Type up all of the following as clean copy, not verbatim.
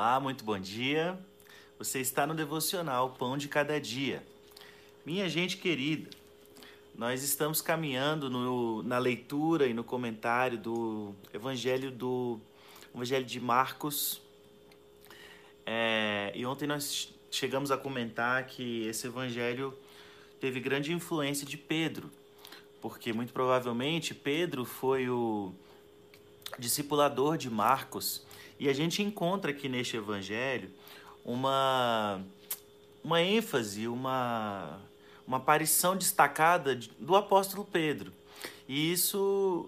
Olá, muito bom dia. Você está no Devocional Pão de Cada Dia. Minha gente querida, nós estamos caminhando na leitura e no comentário do Evangelho de Marcos. E ontem nós chegamos a comentar que esse Evangelho teve grande influência de Pedro, porque muito provavelmente Pedro foi o discipulador de Marcos, e a gente encontra aqui neste evangelho uma ênfase, uma aparição destacada do apóstolo Pedro. E isso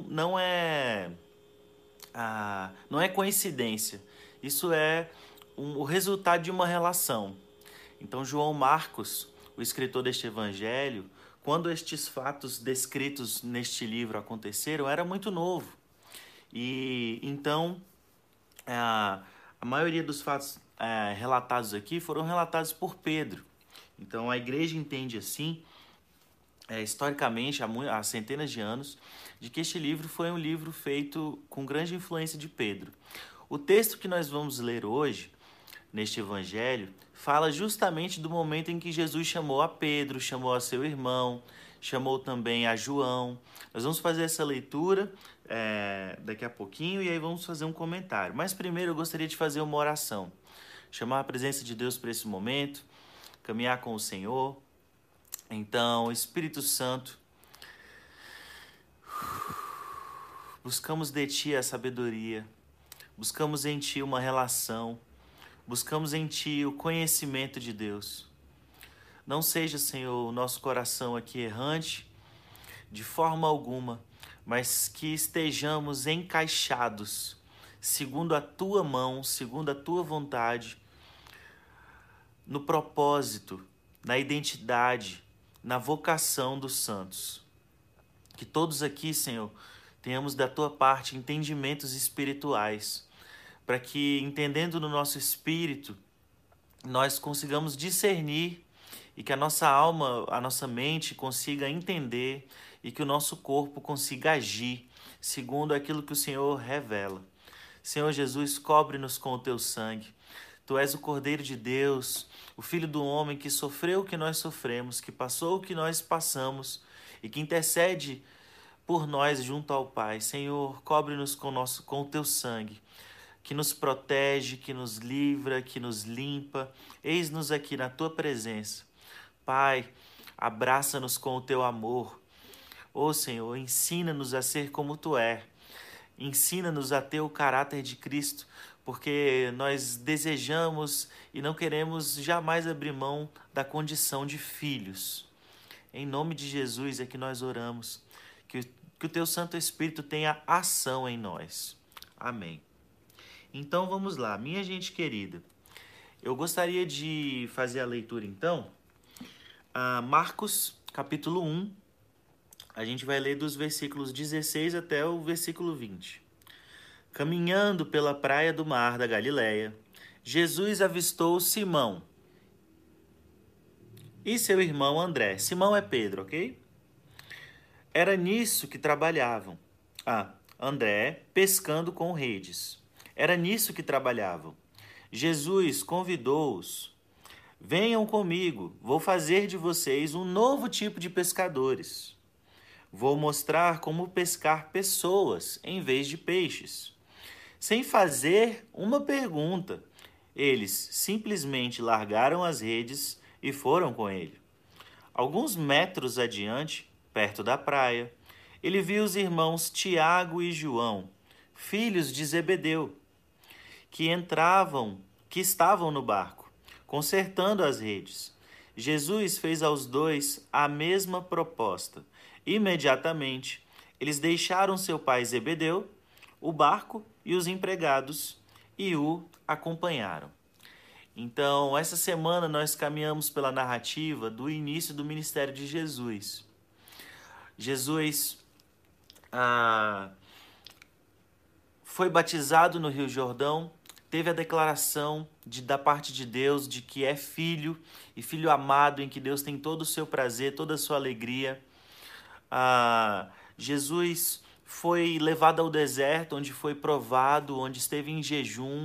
não é coincidência, isso é o resultado de uma relação. Então João Marcos, o escritor deste evangelho, quando estes fatos descritos neste livro aconteceram, era muito novo. E então a maioria dos fatos relatados aqui foram relatados por Pedro. Então a igreja entende assim, historicamente, há centenas de anos, de que este livro foi um livro feito com grande influência de Pedro. O texto que nós vamos ler hoje, neste evangelho, fala justamente do momento em que Jesus chamou a Pedro, chamou a seu irmão, chamou também a João. Nós vamos fazer essa leitura daqui a pouquinho e aí vamos fazer um comentário. Mas primeiro eu gostaria de fazer uma oração. Chamar a presença de Deus para esse momento, caminhar com o Senhor. Então, Espírito Santo, buscamos de Ti a sabedoria, buscamos em Ti uma relação, buscamos em Ti o conhecimento de Deus. Não seja, Senhor, o nosso coração aqui errante de forma alguma, mas que estejamos encaixados, segundo a Tua mão, segundo a Tua vontade, no propósito, na identidade, na vocação dos santos. Que todos aqui, Senhor, tenhamos da Tua parte entendimentos espirituais, para que, entendendo no nosso espírito, nós consigamos discernir e que a nossa alma, a nossa mente consiga entender e que o nosso corpo consiga agir segundo aquilo que o Senhor revela. Senhor Jesus, cobre-nos com o Teu sangue. Tu és o Cordeiro de Deus, o Filho do homem que sofreu o que nós sofremos, que passou o que nós passamos e que intercede por nós junto ao Pai. Senhor, cobre-nos com o Teu sangue, que nos protege, que nos livra, que nos limpa. Eis-nos aqui na Tua presença. Pai, abraça-nos com o Teu amor. Ó Senhor, ensina-nos a ser como Tu és. Ensina-nos a ter o caráter de Cristo, porque nós desejamos e não queremos jamais abrir mão da condição de filhos. Em nome de Jesus é que nós oramos, que o Teu Santo Espírito tenha ação em nós. Amém. Então vamos lá, minha gente querida. Eu gostaria de fazer a leitura então, Marcos capítulo 1, a gente vai ler dos versículos 16 até o versículo 20. Caminhando pela praia do mar da Galileia, Jesus avistou Simão e seu irmão André. Simão é Pedro, ok? Era nisso que trabalhavam. André pescando com redes. Era nisso que trabalhavam. Jesus convidou-os. Venham comigo, vou fazer de vocês um novo tipo de pescadores. Vou mostrar como pescar pessoas em vez de peixes. Sem fazer uma pergunta, eles simplesmente largaram as redes e foram com ele. Alguns metros adiante, perto da praia, ele viu os irmãos Tiago e João, filhos de Zebedeu, que estavam no barco, consertando as redes. Jesus fez aos dois a mesma proposta. Imediatamente, eles deixaram seu pai Zebedeu, o barco e os empregados e o acompanharam. Então, essa semana nós caminhamos pela narrativa do início do ministério de Jesus. Jesus foi batizado no Rio Jordão, teve a declaração da parte de Deus de que é filho e filho amado, em que Deus tem todo o seu prazer, toda a sua alegria. Jesus foi levado ao deserto, onde foi provado, onde esteve em jejum,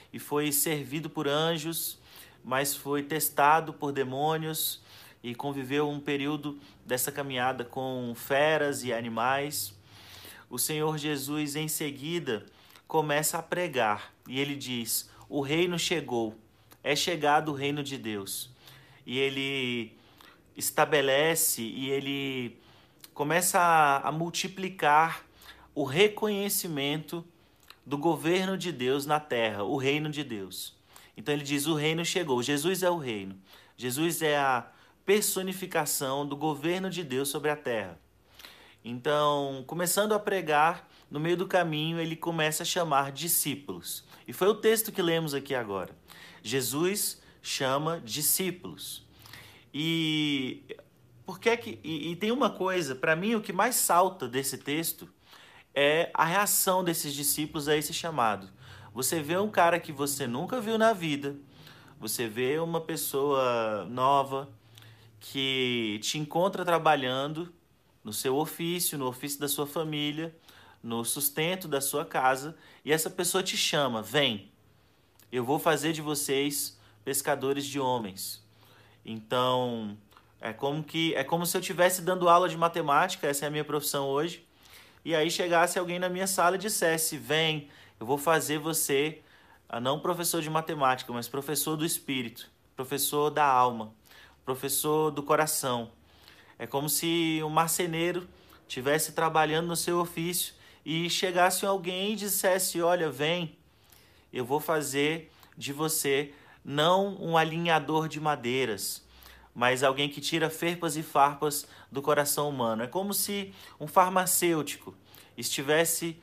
e foi servido por anjos, mas foi testado por demônios e conviveu um período dessa caminhada com feras e animais. O Senhor Jesus, em seguida, começa a pregar e ele diz: o reino chegou, é chegado o reino de Deus. E ele estabelece e ele começa a multiplicar o reconhecimento do governo de Deus na terra, o reino de Deus. Então ele diz: o reino chegou. Jesus é o reino. Jesus é a personificação do governo de Deus sobre a terra. Então, começando a pregar, no meio do caminho ele começa a chamar discípulos. E foi o texto que lemos aqui agora. Jesus chama discípulos. E tem uma coisa, para mim o que mais salta desse texto é a reação desses discípulos a esse chamado. Você vê um cara que você nunca viu na vida, você vê uma pessoa nova que te encontra trabalhando no seu ofício, no ofício da sua família, no sustento da sua casa, e essa pessoa te chama: vem, eu vou fazer de vocês pescadores de homens. Então, é como se eu estivesse dando aula de matemática, essa é a minha profissão hoje, e aí chegasse alguém na minha sala e dissesse: vem, eu vou fazer você, não professor de matemática, mas professor do espírito, professor da alma, professor do coração. É como se um marceneiro estivesse trabalhando no seu ofício e chegasse alguém e dissesse: olha, vem, eu vou fazer de você não um alinhador de madeiras, mas alguém que tira ferpas e farpas do coração humano. É como se um farmacêutico estivesse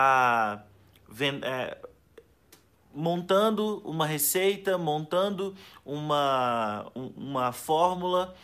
montando uma receita, montando uma fórmula,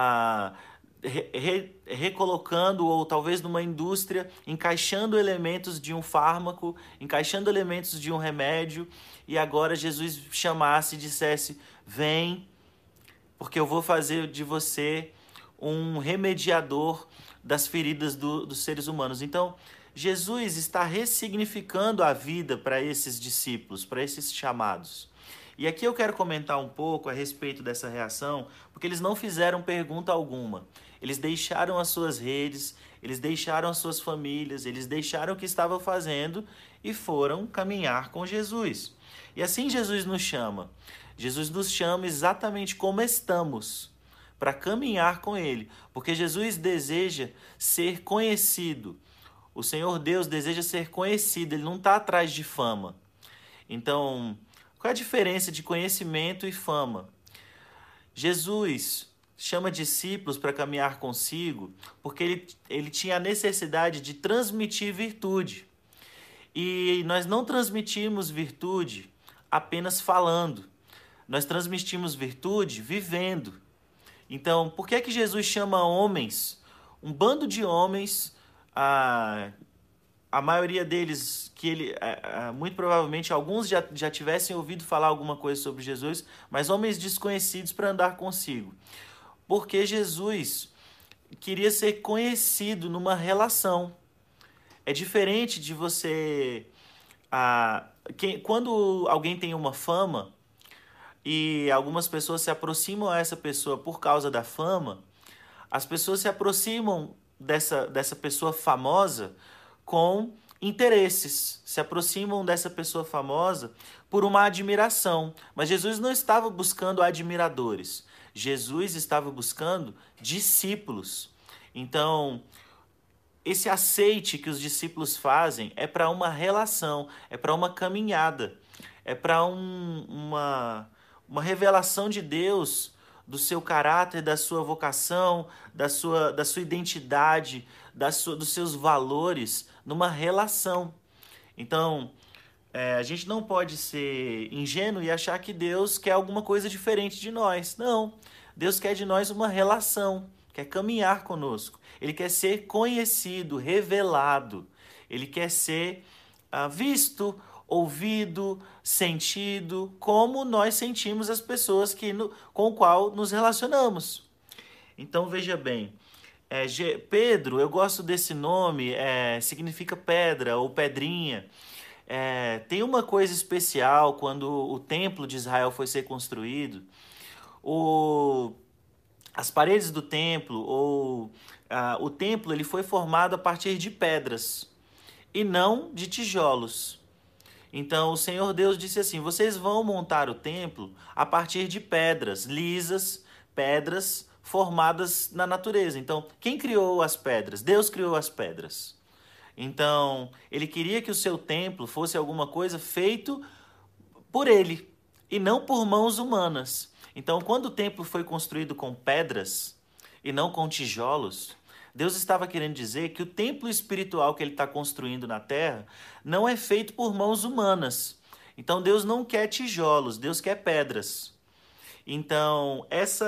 recolocando, ou talvez numa indústria, encaixando elementos de um fármaco, encaixando elementos de um remédio, e agora Jesus chamasse e dissesse: vem, porque eu vou fazer de você um remediador das feridas dos seres humanos. Então, Jesus está ressignificando a vida para esses discípulos, para esses chamados. E aqui eu quero comentar um pouco a respeito dessa reação, porque eles não fizeram pergunta alguma. Eles deixaram as suas redes, eles deixaram as suas famílias, eles deixaram o que estavam fazendo e foram caminhar com Jesus. E assim Jesus nos chama. Jesus nos chama exatamente como estamos, para caminhar com Ele, porque Jesus deseja ser conhecido. O Senhor Deus deseja ser conhecido, Ele não está atrás de fama. Então, qual é a diferença de conhecimento e fama? Jesus chama discípulos para caminhar consigo porque ele tinha a necessidade de transmitir virtude. E nós não transmitimos virtude apenas falando. Nós transmitimos virtude vivendo. Então, por que Jesus chama homens, um bando de homens, a maioria deles, muito provavelmente alguns já tivessem ouvido falar alguma coisa sobre Jesus, mas homens desconhecidos para andar consigo? Porque Jesus queria ser conhecido numa relação. É diferente de você... quando alguém tem uma fama e algumas pessoas se aproximam a essa pessoa por causa da fama, as pessoas se aproximam dessa pessoa famosa com interesses, se aproximam dessa pessoa famosa por uma admiração. Mas Jesus não estava buscando admiradores, Jesus estava buscando discípulos. Então, esse aceite que os discípulos fazem é para uma relação, é para uma caminhada, é para uma revelação de Deus, do seu caráter, da sua vocação, da sua identidade, dos seus valores, numa relação. Então, a gente não pode ser ingênuo e achar que Deus quer alguma coisa diferente de nós. Não, Deus quer de nós uma relação, quer caminhar conosco. Ele quer ser conhecido, revelado. Ele quer ser visto, ouvido, sentido, como nós sentimos as pessoas com o qual nos relacionamos. Então, veja bem, Pedro, eu gosto desse nome, significa pedra ou pedrinha. Tem uma coisa especial quando o templo de Israel foi ser construído. As paredes do templo, o templo, ele foi formado a partir de pedras e não de tijolos. Então o Senhor Deus disse assim: vocês vão montar o templo a partir de pedras lisas, pedras formadas na natureza. Então, quem criou as pedras? Deus criou as pedras. Então, ele queria que o seu templo fosse alguma coisa feito por ele e não por mãos humanas. Então, quando o templo foi construído com pedras e não com tijolos, Deus estava querendo dizer que o templo espiritual que ele está construindo na terra não é feito por mãos humanas. Então, Deus não quer tijolos, Deus quer pedras. Então,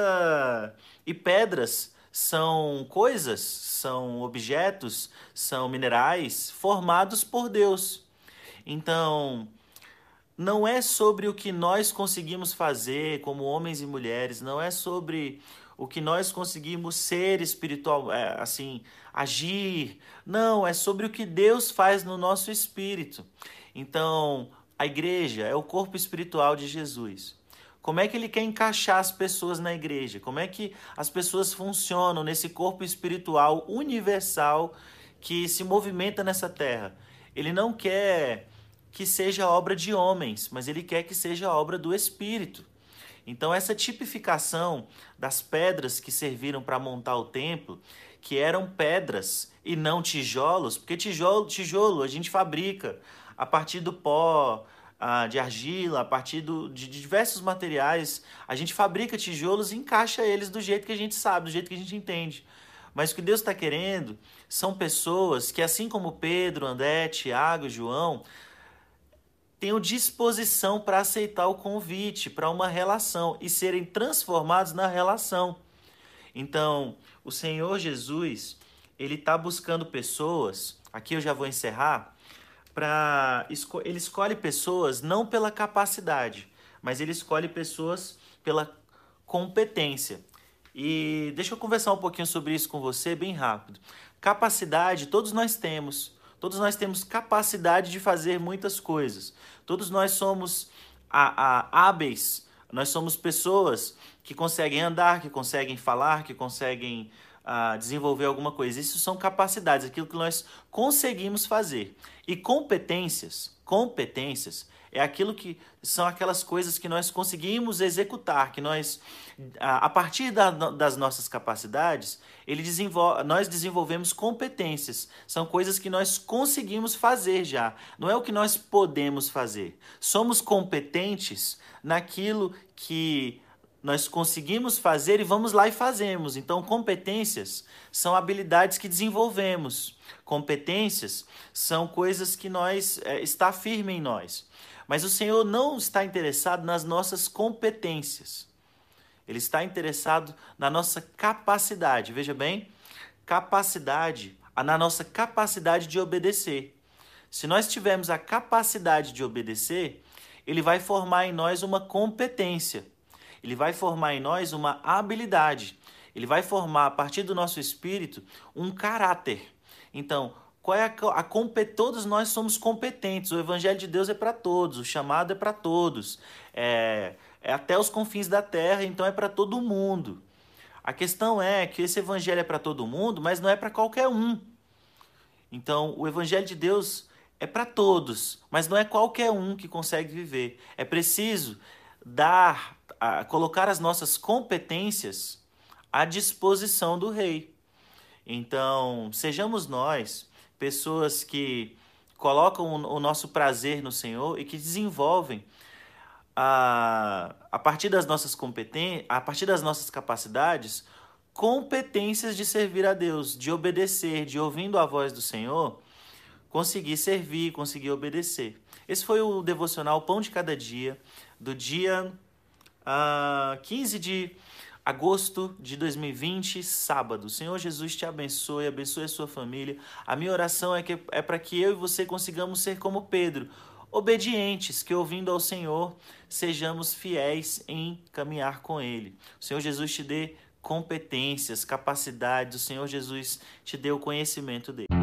E pedras são coisas, são objetos, são minerais formados por Deus. Então, não é sobre o que nós conseguimos fazer como homens e mulheres, não é sobre o que nós conseguimos ser espiritual, assim, agir. Não, é sobre o que Deus faz no nosso espírito. Então, a igreja é o corpo espiritual de Jesus. Como é que ele quer encaixar as pessoas na igreja? Como é que as pessoas funcionam nesse corpo espiritual universal que se movimenta nessa terra? Ele não quer que seja obra de homens, mas ele quer que seja obra do Espírito. Então, essa tipificação das pedras que serviram para montar o templo, que eram pedras e não tijolos, porque tijolo a gente fabrica a partir do pó, de argila, a partir de diversos materiais. A gente fabrica tijolos e encaixa eles do jeito que a gente sabe, do jeito que a gente entende. Mas o que Deus está querendo são pessoas que, assim como Pedro, André, Tiago, João, tenham disposição para aceitar o convite para uma relação e serem transformados na relação. Então, o Senhor Jesus, ele está buscando pessoas, aqui eu já vou encerrar, ele escolhe pessoas não pela capacidade, mas ele escolhe pessoas pela competência. E deixa eu conversar um pouquinho sobre isso com você bem rápido. Capacidade, todos nós temos. Todos nós temos capacidade de fazer muitas coisas. Todos nós somos hábeis. Nós somos pessoas que conseguem andar, que conseguem falar, que conseguem desenvolver alguma coisa. Isso são capacidades, aquilo que nós conseguimos fazer. E competências é aquilo que são aquelas coisas que nós conseguimos executar, que nós, a partir das nossas capacidades, nós desenvolvemos competências. São coisas que nós conseguimos fazer já, não é o que nós podemos fazer. Somos competentes naquilo que nós conseguimos fazer e vamos lá e fazemos. Então, competências são habilidades que desenvolvemos. Competências são coisas que está firme em nós. Mas o Senhor não está interessado nas nossas competências. Ele está interessado na nossa capacidade. Veja bem, na nossa capacidade de obedecer. Se nós tivermos a capacidade de obedecer, ele vai formar em nós uma competência. Ele vai formar em nós uma habilidade. Ele vai formar, a partir do nosso espírito, um caráter. Então, todos nós somos competentes. O Evangelho de Deus é para todos. O chamado é para todos. É até os confins da terra, então é para todo mundo. A questão é que esse Evangelho é para todo mundo, mas não é para qualquer um. Então, o Evangelho de Deus é para todos, mas não é qualquer um que consegue viver. É preciso colocar as nossas competências à disposição do Rei. Então, sejamos nós pessoas que colocam o nosso prazer no Senhor e que desenvolvem a partir das nossas competências, a partir das nossas capacidades, competências de servir a Deus, de obedecer, de ouvindo a voz do Senhor, conseguir servir, conseguir obedecer. Esse foi o devocional Pão de Cada Dia, do dia 15 de agosto de 2020, sábado. O Senhor Jesus te abençoe, abençoe a sua família. A minha oração é para que eu e você consigamos ser como Pedro, obedientes, que ouvindo ao Senhor, sejamos fiéis em caminhar com Ele. O Senhor Jesus te dê competências, capacidades, o Senhor Jesus te dê o conhecimento dele.